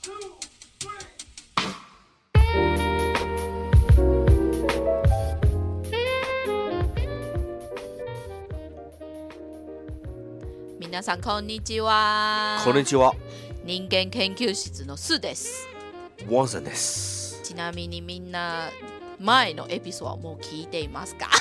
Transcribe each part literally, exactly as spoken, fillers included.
皆さんこんにちは。 こんにちは。 人間研究室のスです。 ワンさんです。 ちなみにみんな前のエピソードはもう聞いていますか？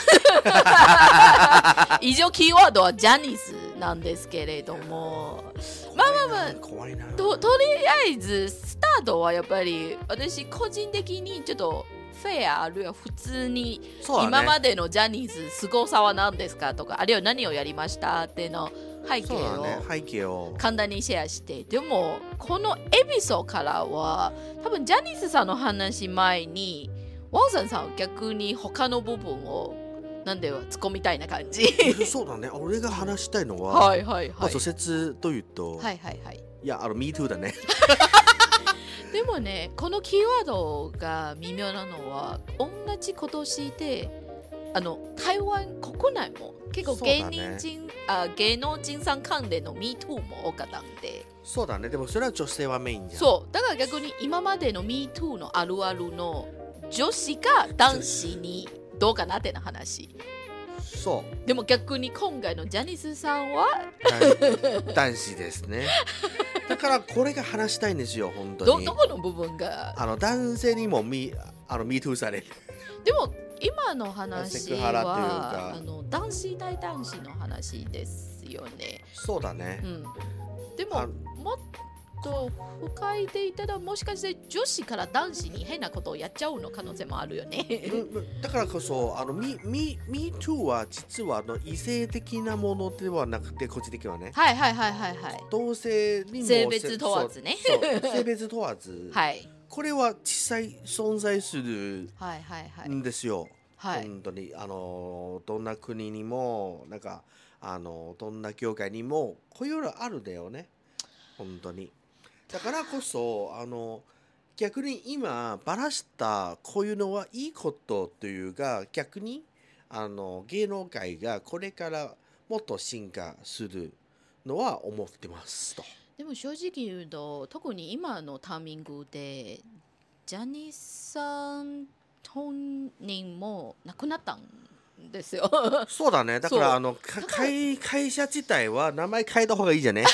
以上キーワードはジャニーズなんですけれども、まあまあまあ怖いな。 と, とりあえずスタートはやっぱり私個人的にちょっとフェアあるいは普通に今までのジャニーズすごさは何ですかとか、あるいは何をやりましたっていうの背景を、 ね、背景を簡単にシェアして、でもこのエピソードからは多分ジャニーズさんの話前にワンさんさんは逆に他の部分をなんで突っ込みたいな感じ。 そうだね。俺が話したいのは、 はいはいはい、 まあ、諸説というと、 はいはいはい、 いやあの MeToo だね。 でもね、このキーワードが微妙なのは同じ今年であの台湾国内も結構芸人人、ね、あ芸能人さん関連の MeToo も多かったんで。 そうだね。でもそれは女性はメインじゃん。 そうだから逆に今までの MeToo のあるあるの女子が男子にどうかなっての話。 そうでも逆に今回のジャニスさんは男子ですね。だからこれが話したいんですよ本当に。 ど, どこの部分があの男性にもミあの MeToo される。 でも今の話はあの男子対男子の話ですよね。 そうだね、 うん、でももっと深いでいたらもしかして女子から男子に変なことをやっちゃうの可能性もあるよね。 だからこそあの Me, Me, MeToo は実はあの異性的なものではなくて個人的はね、 はいはいはいはいはい、 同性にも性別問わずね。 そうそう性別問わず、 はい、 これは実際存在するんですよ、 はいはいはい、 本当にあのどんな国にもなんかあのどんな業界にもこういうのあるんだよね本当に。だからこそあの逆に今バラしたこういうのはいいことというか、逆にあの芸能界がこれからもっと進化するのは思ってますと。 でも正直言うと特に今のタイミングでジャニーさん本人も亡くなったんですよ。 そうだね。だからあの会会社自体は名前変えた方がいいじゃね。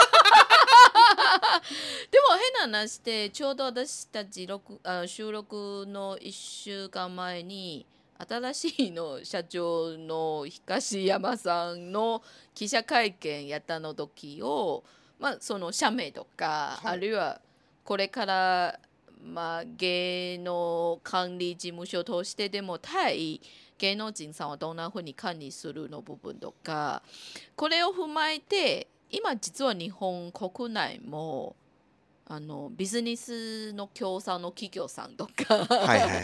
でも変な話でちょうど私たち録あ収録のいっしゅうかんまえに新しいの社長の東山さんの記者会見やったの時を、まあ、その社名とか、はい、あるいはこれから、まあ、芸能管理事務所としてでも対芸能人さんはどんなふうに管理するの部分とか、これを踏まえて今実は日本国内もあのビジネスの協賛の企業さんとか、はいはいはい、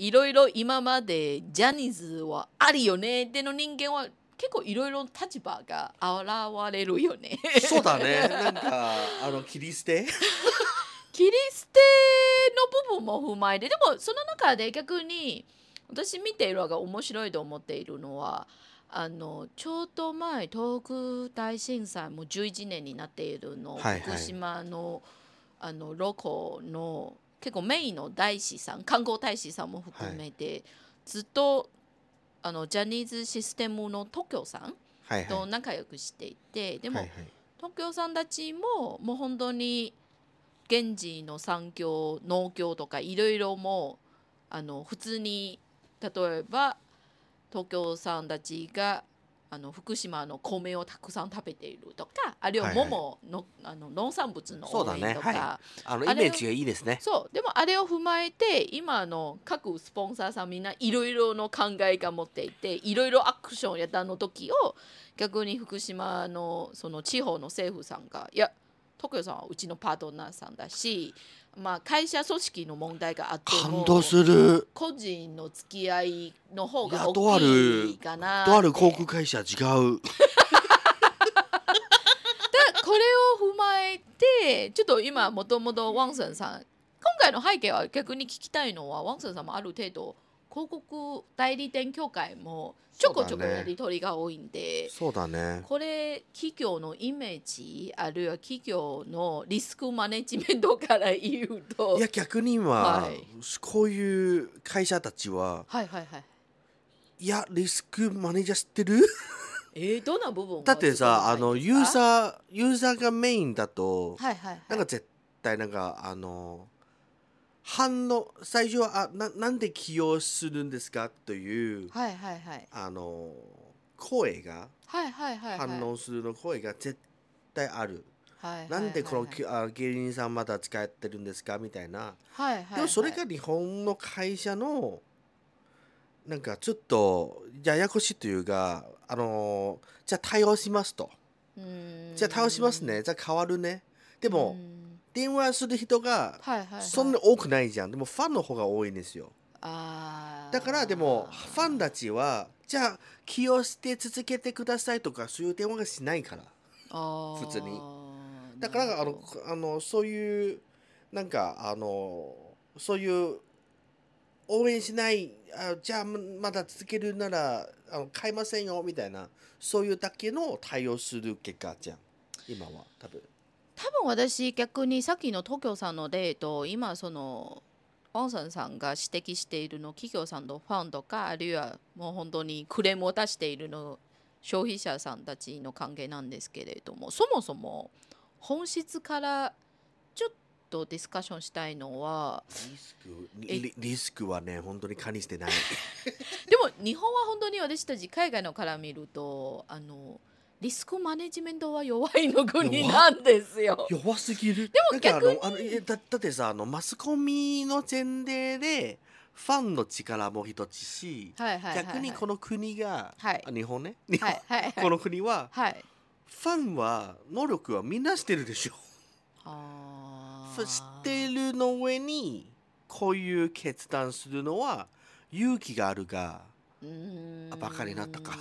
いろいろ今までジャニーズはありよねっての人間は結構いろいろ立場が現れるよね。 そうだね。なんかあの切り捨て切り捨ての部分も踏まえて、でもその中で逆に私見ているのが面白いと思っているのは、あのちょうど前東北大震災もじゅういちねんになっているの、はいはい、福島のあのロコの結構メインの大使さん、観光大使さんも含めて、はい、ずっとあのジャニーズシステムの東京さんと仲良くしていて、はいはい、でも、はいはい、東京さんたちももう本当に現地の産業農業とかいろいろもあの普通に例えば東京さんたちがあの福島の米をたくさん食べているとか、あるいは桃の、はいはい、あの農産物の応援とか、ね、はい、 あのイメージがいいですね。 そうでもあれを踏まえて今の各スポンサーさんみんないろいろの考えが持っていて、いろいろアクションやったの時を逆に福島のその地方の政府さんがいや東京さんはうちのパートナーさんだし、まあ、会社組織の問題があっても感動する個人の付き合いの方が大きいかなって。 とある航空会社違うだこれを踏まえてちょっと今もともとワンセンさん今回の背景は逆に聞きたいのはワンセンさんもある程度広告代理店協会もちょこちょこやり取りが多いんで、 そうだね。 これ企業のイメージあるいは企業のリスクマネジメントから言うと、 いや逆には、 はい、 こういう会社たちは、 はいはいはい、 いやリスクマネージャー知ってるえー、どんな部分だってさ、あのユーー、 ザーユーザーがメインだと、 はいはいはい、 なんか絶対なんかあの反応最初はあ な, なんで起用するんですかという、 はいはいはい、 あの声が、 はいはいはいはい、 反応するの声が絶対ある。 はいはいはいはい、 なんでこのきあ芸人さんまだ使ってるんですかみたいな。 はいはいはい、 でもそれが日本の会社のなんかちょっとややこしいというか、あのじゃあ対応しますと。 うーん、 じゃあ対応しますね。じゃあ変わるね。でも、 うーん、 電話する人がはいはいはい、 そんな多くないじゃん。でもファンの方が多いんですよ。 あだからでもファンたちはじゃあ起用して続けてくださいとかそういう電話がしないから、 あ普通に。 ー、 だからあのなるほど、 あのそういうなんかあのそういう応援しないあじゃあまだ続けるならあの買いませんよみたいな、そういうだけの対応する結果じゃん今は多分。 多分私逆にさっきの東京さんの例と今そのワンさんさんが指摘しているの企業さんのファンとかあるいはもう本当にクレームを出しているの消費者さんたちの関係なんですけれども、そもそも本質からちょっとディスカッションしたいのは、 リスクえリリスクはね本当に加にしてないでも日本は本当に私たち海外のから見るとあのリスクマネジメントは弱いの国なんですよ。 弱すぎる。 でも逆になんかあのあのえだだってさあのマスコミの前例でファンの力も一つし、 はいはいはいはい、 逆にこの国が、 はいあ日本ね日本、 はいはいはいこの国ははいファンは能力はみんなしてるでしょ。 あ知ってるの上にこういう決断するのは勇気があるがうーんバカになったか。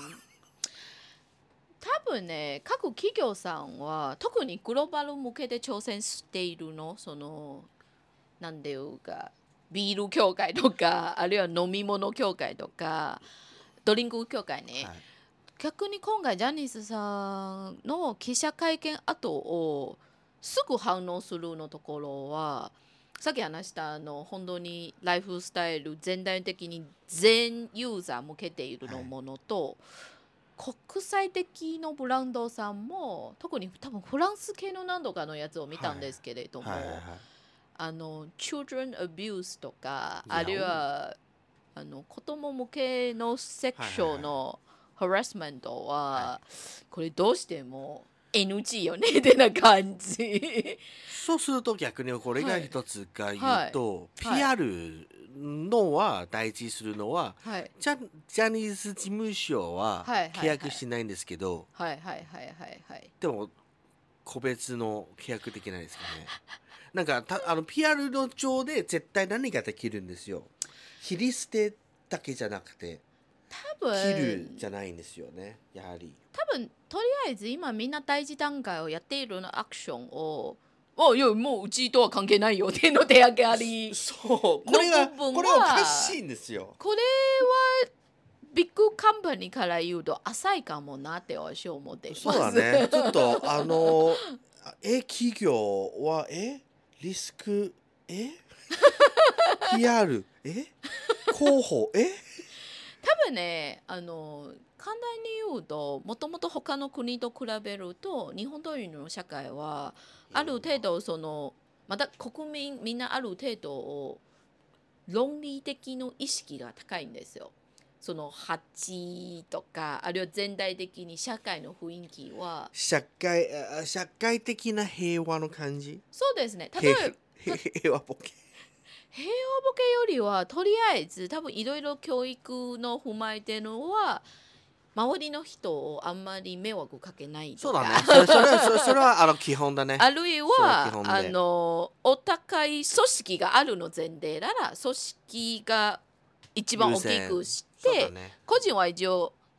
多分ね各企業さんは特にグローバル向けで挑戦しているの、そのなんていうかビール協会とかあるいは飲み物協会とかドリンク協会ね、 はい逆に今回ジャニーズさんの記者会見後をすぐ反応するのところはさっき話したあの本当にライフスタイル全体的に全ユーザー向けているのものと、国際的のブランドさんも特に多分フランス系の何度かのやつを見たんですけれども、 はいはいはいあの children abuse とかいやあるいはあの子供向けのセクションのハラスメントははこれどうしても エヌジー よねってな感じ。 そうすると逆にこれが一つが言うと、 はいピーアール のは大事にするのは、 はいジャジャニーズ事務所ははいはい契約しないんですけど、 はいはいはいはいはいでも個別の契約できないですかね。なんかたあの ピーアール の上で絶対何ができるんですよ。切り捨てだけじゃなくて多分切るじゃないんですよねやはり。 多分とりあえず今みんな第一段階をやっているのアクションをあいやもううちとは関係ないよっていうの手上げありそうこれはの部分はこれはおかしいんですよ。 これはビッグカンパニーから言うと浅いかもなって私は思っています。 そうだね。ちょっとあのえ企業はえリスクえ ピーアール え広報え多分ねあの簡単に言うともともと他の国と比べると日本というの社会はある程度そのまた国民みんなある程度を論理的の意識が高いんですよ。その八とかあるいは全体的に社会の雰囲気は社会あ社会的な平和の感じ。 そうですね。例えば平平和ボケ。 平和ボケよりはとりあえず多分いろいろ教育の踏まえてるのは周りの人をあんまり迷惑かけないとかそうだね。それそれはそれそれはあの基本だね。 あるいそれは基本ではあのお高い組織があるの前提なら組織が一番大きくしそうだて、 ね。 個人は一応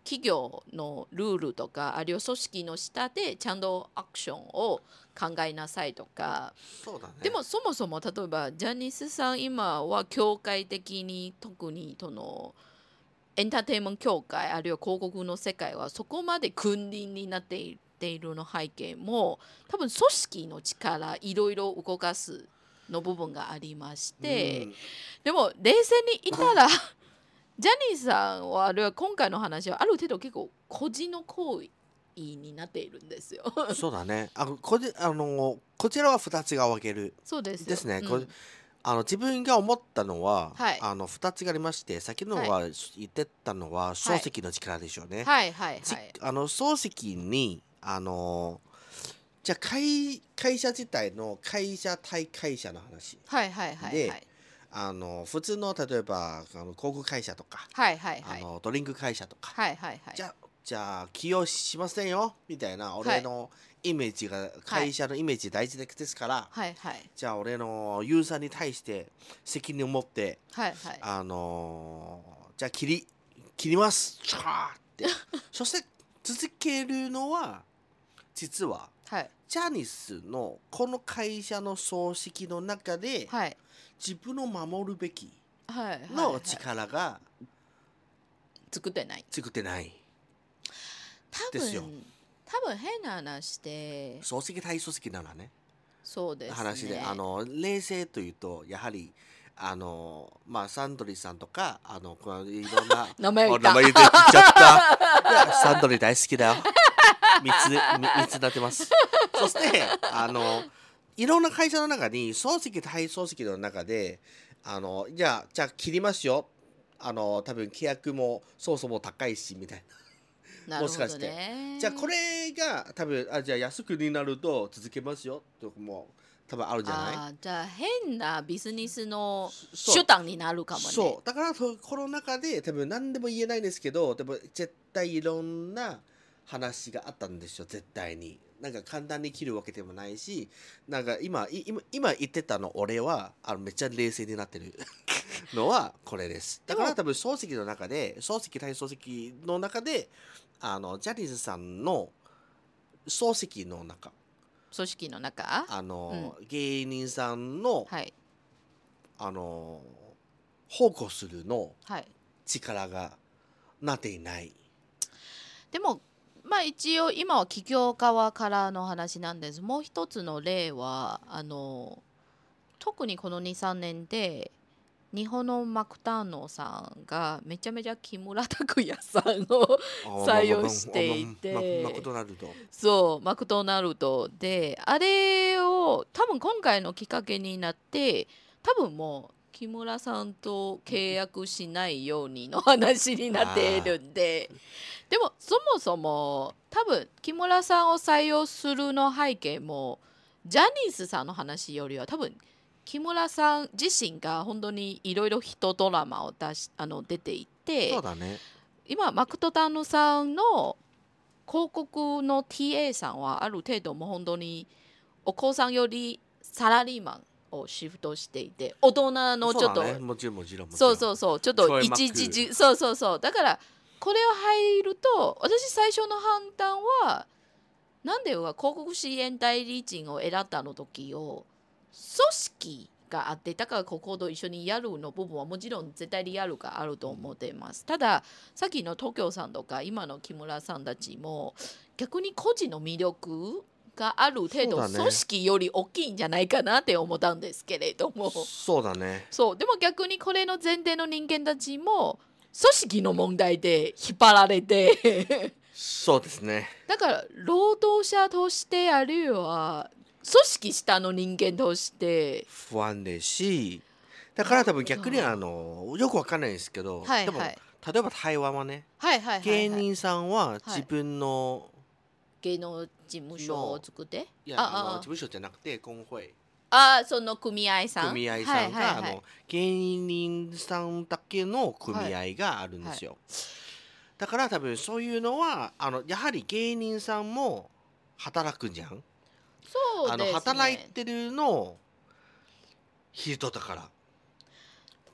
企業のルールとかあるいは組織の下でちゃんとアクションを考えなさいとか。 そうだね。 でもそもそも例えばジャニスさん今は業界的に特にそのエンターテインメント協会あるいは広告の世界はそこまで君臨になっているの背景も多分組織の力いろいろ動かすの部分がありましうて、 ん、 でも冷静に言ったらジャニーさんはあるいは今回の話はある程度結構個人の行為になっているんですよ。 そうだね。あこじあのこちらはふたつが分けるそうですよ。 ですね。こうん、 あの自分が思ったのは、 はいあのふたつがありまして、先のはいは言ってたのは漱石の力でしょうね。 はいはいじはいあの漱石にあのじゃあ会会社自体の会社対会社の話はいはいはいはで、 いあの普通の例えばあの航空会社とか、 はいはいあはいのドリンク会社とか、 はいはいはいじゃあじゃあ起用しませんよみたいな俺のイメージが、会社のイメージ大事ですから、 はいはいじゃあ俺のユーザーに対して責任を持ってはいはいあのーじゃあ切り切りますチャーってそして続けるのは実ははいジャニスのこの会社の組織の中ではい自分を守るべきはいはいの力が作ってない。 作ってない多ですよ。 分多分変な話で組織対組織ならねそうですね。 話であの冷静というとやはりあのまあサントリーさんとかあのこのいろんな名前言ったお名前出てきちゃったいやサントリー大好きだよ三つみ三つなってますそしてあのいろんな会社の中に漱石対漱石の中であのじゃあじゃあ切りますよあの多分契約もそもそも高いしみたいななるほどもしかしてね。 じゃあこれが多分あじゃあ安くになると続けますよってとこも多分あるじゃない。 あーじゃあ変なビジネスのそう手段になるかもね。 そうだからそこの中で多分何でも言えないんですけどでも絶対いろんな話があったんですよ絶対に。なんか簡単に切るわけでもないしなんか今い今今言ってたの俺はあのめっちゃ冷静になってるのはこれです。だから多分漱石の中で漱石対漱石の中であのジャニーズさんの漱石の中組織の中あの、芸人さんのはいあの保護するのはい力がなっていない。 でもまあ一応今は企業側からの話なんです。もう一つの例はあの特にこのにさんねんで日本のマクダーノさんがめちゃめちゃ木村拓哉さんを採用していて、 あままマクドナルドそうマクドナルドであれを多分今回のきっかけになって多分もう木村さんと契約しないようにの話になっているんで、でもそもそも多分木村さんを採用するの背景もジャニーズさんの話よりは多分木村さん自身が本当にいろいろヒットドラマを出しあの出ていて、 そうだね。 今マクドナルドさんの広告の ティーエー さんはある程度もう本当にお子さんよりサラリーマンをシフトしていて大人のちょっとそうだね、もちろんもちろんもちろんそうそうそうちょっとちょいマック一時じそうそうそうだからこれを入ると私最初の判断はなんでは広告支援代理人を選んだの時を組織があってだからここと一緒にやるの部分はもちろん絶対リアルがあると思っています。たださっきの東京さんとか今の木村さんたちも逆に個人の魅力がある程度そうだね組織より大きいんじゃないかなって思ったんですけれどもそうだね。 そうでも逆にこれの前提の人間たちも組織の問題で引っ張られてそうですね。 だから労働者としてあるいは組織下の人間として不安ですし、だから多分逆にあのよくわかんないですけど、でもはいはい例えば台湾はね、 はいはいはいはい芸人さんは自分の、 芸能事務所を作っていやあのあ事務所じゃなくて工会ああその組合さん組合さんが、 はいはいはいあの芸人さんだけの組合があるんですよ。だから多分そういうのはあのやはり芸人さんも働くんじゃん。 そうですねあの働いてるの人だから。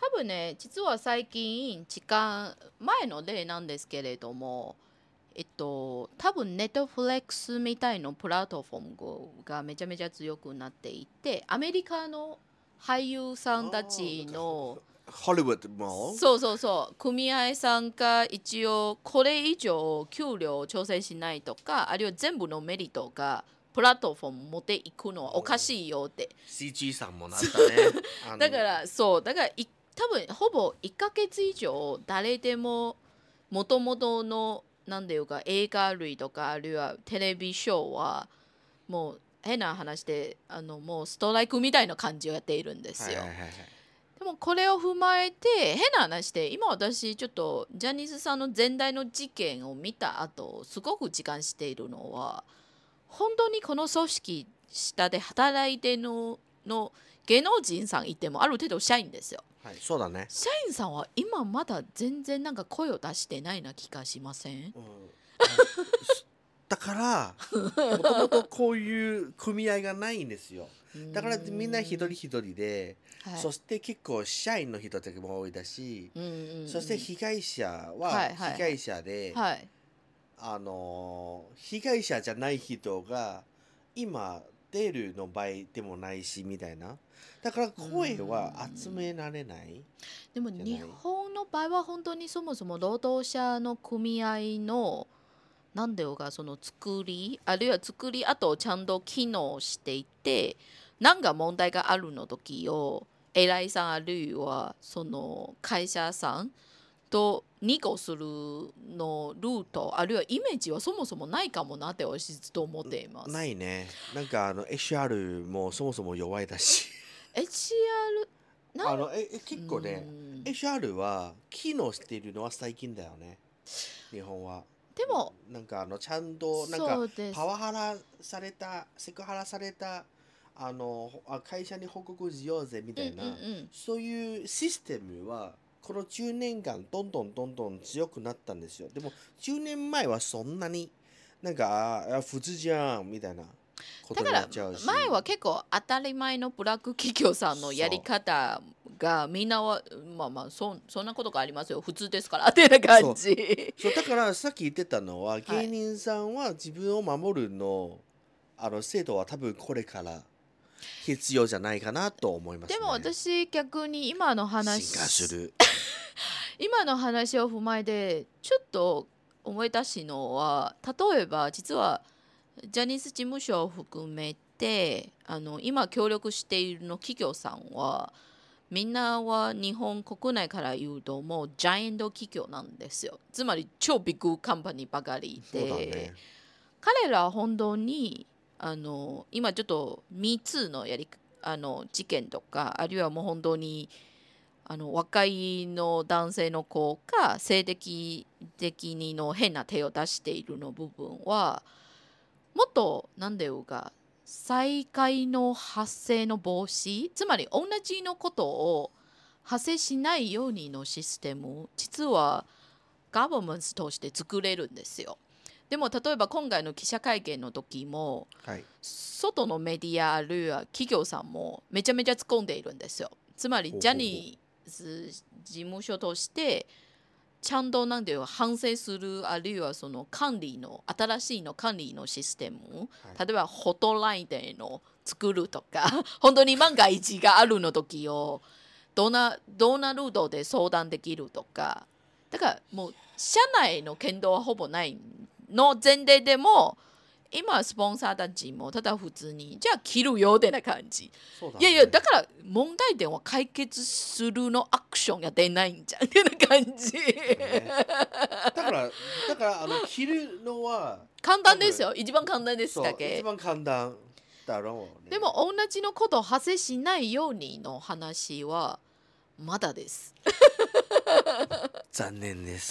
多分ね、実は最近、時間、前の例なんですけれども、えっと、多分ネットフレックスみたいなプラットフォームがめちゃめちゃ強くなっていて、アメリカの俳優さんたああ、なんちかの、 ホリウッドもそうそうそう、組合さんが一応これ以上給料を調整しないとか、あるいは全部のメリットがプラットフォーム持っていくのはおかしいよって。 シージー さんもなったね。あのだからそうだからい多分ほぼいっかげつ以上誰でももともとのなんていうか映画類とかあるいはテレビショーはもう変な話であのもうストライクみたいな感じをやっているんですよ。 はいはいはいはい。 でもこれを踏まえて変な話で今私ちょっとジャニーズさんの前代の事件を見た後すごく時間しているのは本当にこの組織下で働いてのの芸能人さんいてもある程度社員ですよ。 はい、そうだね。 社員さんは今まだ全然なんか声を出してないな気がしません？ うん、あしだからもともとこういう組合がないんですよ。 うーだからみんな一人ん一人で、 はいそして結構社員の人たちも多いだし、 うんうんうんそして被害者ははいはいはい被害者で、 はいあのー被害者じゃない人が今出るの場合でもないしみたいな。だからうー声は集んめられないでも日じゃない。 本の場合は本当にそもそも労働者の組合のなんでよがその作りあるいは作りあとちゃんと機能していて何か問題があるの時を偉いさんあるいはその会社さんとニゴするのルートあるいはイメージはそもそもないかもなって私ずっと思っています。 ないね。なんかあの エシュアール もそもそも弱いだし。 エイチアール なんあのええう結構ね、 んエシュアール は機能しているのは最近だよね。日本は。 でもなんかあのちゃんとなんかそうですパワハラされた、セクハラされたあのほあ会社に報告しようぜみうんうんたいな、 うんそういうシステムはこのじゅうねんかんどんどんどんどん強くなったんですよ。でもじゅうねんまえはそんなになんかああ普通じゃんみたいなことになだからっちゃうし。 前は結構当たり前のブラック企業さんのやりそ方がみんなはまあまあそそんなことがありますよ普通ですからってなうそう感じそうだからさっき言ってたのは芸はい人さんは自分を守るのあの制度は多分これから必要じゃないかなと思いますね。 でも私逆に今の進化話する。 今の話を踏まえてちょっと思い出しのは例えば実はジャニーズ事務所を含めてあの今協力しているの企業さんはみんなは日本国内から言うともうジャイアント企業なんですよ。つまり超ビッグカンパニーばかりそうだでね。 彼らは本当にあの今ちょっと ミーツー のやりあの事件とかあるいはもう本当にあの若いの男性の子が性的的にの変な手を出しているの部分はもっと何ていうか再開の発生の防止つまり同じのことを発生しないようにのシステム実はガバメントとして作れるんですよ。でも例えば今回の記者会見の時もはい。 外のメディアあるいは企業さんもめちゃめちゃ突っ込んでいるんですよ。つまりジャほうほうほう。 ニーズ事務所としてちゃんとなんていうか反省するあるいはその管理の新しいの管理のシステムはい。 例えばホットラインでの作るとか本当に万が一があるの時をどんなどんなルートで相談できるとかだからもう社内の検討はほぼないの前提でも今スポンサーたちもただ普通にじゃあ切るよってな感じそうだいやいやだね。 から問題点は解決するのアクションやってないんじゃんってな感じだね。だから、だからあの着るのは簡単です多分よ一番簡単ですだそう一け番簡単だろうね。 でも同じのことを発生しないようにの話はまだです残念です。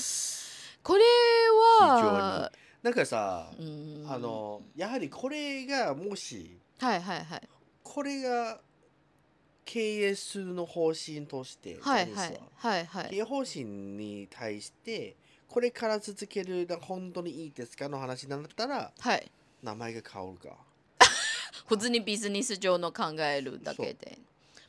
これ非常に。 はなんかさ、 うーんあのやはりこれがもしはいはいはいこれが経営するの方針としてジはいはいャニーズははいはい経営方針に対してこれから続けるの本当にいいですかの話なんだったらはい名前が変わるか。 普通にビジネス上の考えるだそうけで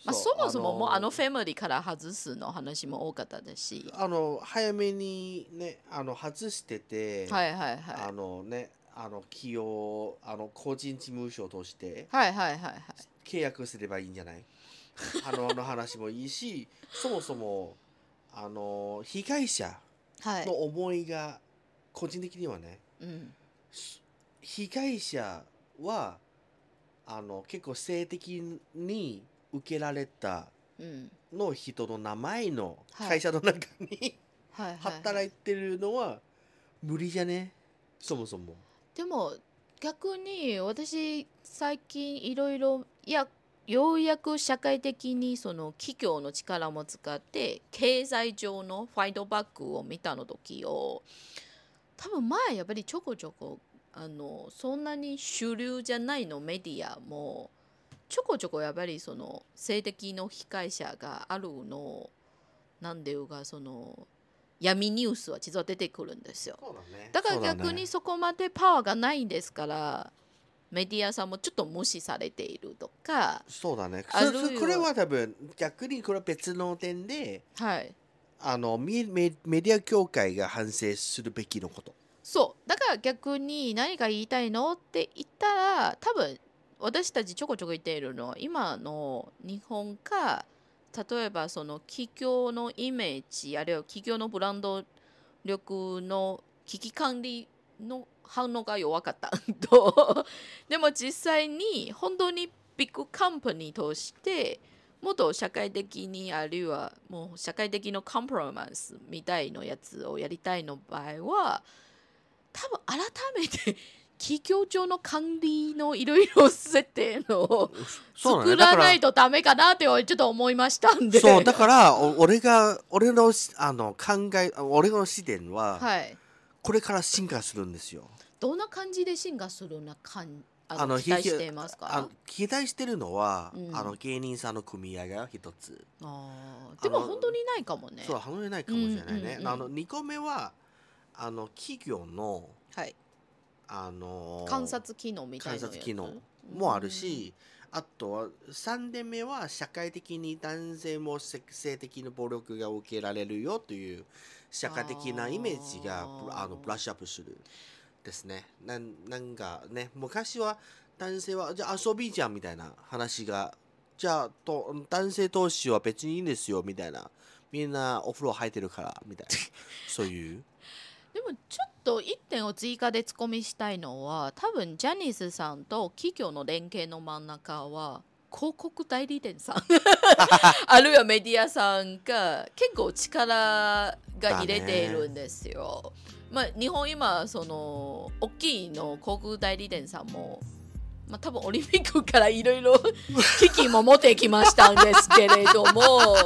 まあ、 そそうもそももうあのあのファミリーから外すの話も多かったですし、 あの早めにねあの外してて、 はいはいはいあのねあの起用あの個人事務所としてはいはいはいはい契約すればいいんじゃない？あのあの話もいいし、そもそもあの被害者のはい、 思いが個人的にはね、 うん、 被害者はあの結構性的に受けられたうんの人の名前のはい会社の中にはいはいはい働いてるのは無理じゃね？そもそも。 でも逆に私最近いろいろいやようやく社会的にその企業の力も使って経済上のファイトバックを見たの時を多分前やっぱりちょこちょこあのそんなに主流じゃないのメディアもちょこちょこやっぱりその性的の被害者があるのなんていうかその闇ニュースは実は出てくるんですよ。 そうだね。 だからそうだ逆にね。 そこまでパワーがないんですからメディアさんもちょっと無視されているとかそうだね。 あるいはそそこれは多分逆にこれは別の点ではいあのメメメディア協会が反省するべきのこと。 そうだから逆に何が言いたいのって言ったら多分私たちちょこちょこ言っているのは今の日本か例えばその企業のイメージあるいは企業のブランド力の危機管理の反応が弱かったとでも実際に本当にビッグカンパニーとしてもっと社会的にあるいはもう社会的なコンプロマイスみたいなやつをやりたいの場合は多分改めて企業庁の管理のいろいろ設定のをそうだね。 作だかららないとダメかなってちょっと思いましたんでそうだからお俺が俺のしあの考え俺の視点ははいこれから進化するんですよ。 どんな感じで進化するなかんあのあの期待していますあか期待してるのは、 うんあの芸人さんの組合が一つ。 あーでもあの本当にないかもねそう離れないかもしれないね。 うんうんうんあのにこめはあの企業のはいあの観察機能みたいなやつ観察機能もあるし、あとはさんてんめは社会的に男性も性性的な暴力が受けられるよという社会的なイメージがあーあのブラッシュアップするですね。なんなんかね昔は男性はじゃあ遊びじゃんみたいな話がじゃあと男性同士は別にいいんですよみたいな、みんなお風呂入ってるからみたいなそういうでもちょっと一点を追加でツッコミしたいのは多分ジャニーズさんと企業の連携の真ん中は広告代理店さんあるいはメディアさんが結構力が入れているんですよ。まあ、日本今その大きいの広告代理店さんも、まあ、多分オリンピックからいろいろ危機も持ってきましたんですけれども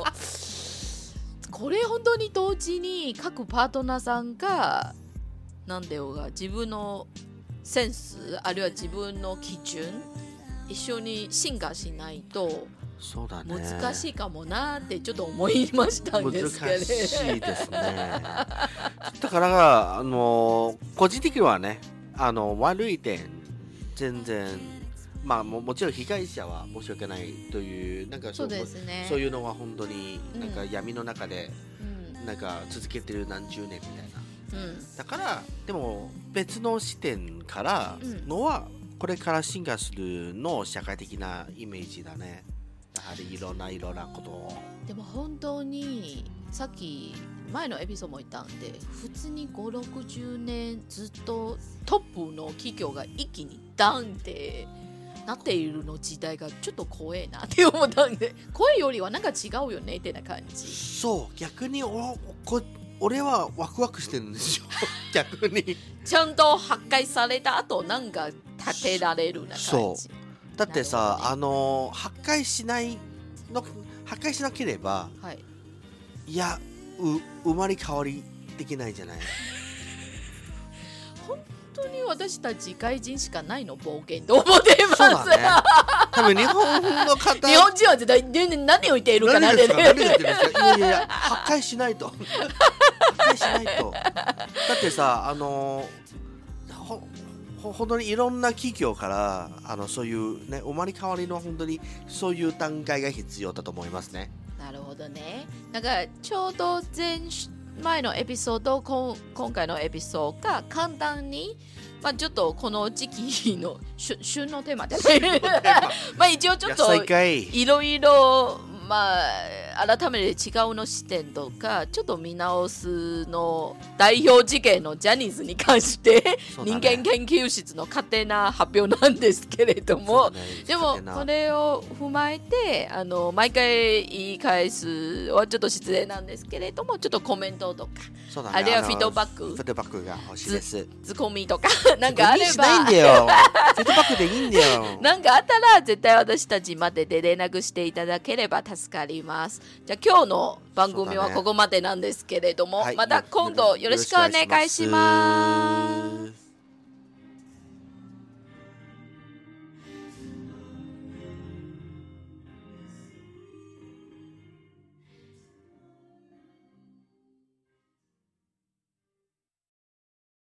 これ本当に同時に各パートナーさんがなんだよが自分のセンスあるいは自分の基準一緒に進化しないとそうだね難しいかもなってちょっと思いましたんですけどね。 難しいですねだからあの個人的にはねあの悪い点全然まあももちろん被害者は申し訳ないというなんかそうですね。 そういうのは本当にうんなんか闇の中でうんなんか続けてる何十年みたいな、 うんだからでも別の視点からのはこれから進化するの社会的なイメージだね。やはりいろんないろんなことをでも本当にさっき前のエピソードも言ったんで普通にごじゅうろくじゅうねんずっとトップの企業が一気にダンってなっているの時代がちょっと怖いなって思ったんで怖いよりはなんか違うよねってな感じ。 そう逆におこ俺はワクワクしてるんですよ逆にちゃんと破壊された後なんか立てられるな感じ。 そうだってさ、 なるほどねあの破壊しないの破壊しなければはい、 いやう生まれ変わりできないじゃない本当に私たち外人しかないの冒険と思ってます。 そうだね多分日本の方日本人は絶対で何を言っているかなって何ですか何言ってるんですかいやいやいや破壊しないと破壊しないとだってさあのほほ本当にいろんな企業からあのそういうね生まれ変わりの本当にそういう段階が必要だと思いますね。 なるほどね。なんかちょうど前前のエピソードこん今回のエピソードが簡単に、まあ、ちょっとこの時期の旬旬のテーマでまあ一応ちょっと野菜かいいろいろまあ改めて違うの視点とかちょっと見直すの代表事件のジャニーズに関して、 そうだね人間研究室の勝手な発表なんですけれども、 そうだねでも勝手なこれを踏まえてあの毎回言い返すはちょっと失礼なんですけれどもちょっとコメントとかそうだねあるいはのフィードバックフィードバックが欲しいです。 ツッコミとかなんかあれしないんばだよ。フィードバックでいいんだよ。 なんかあったら絶対私たちまでで連絡していただければ助かります。じゃあ今日の番組はここまでなんですけれども、 はいまた今度よろしくお願いします。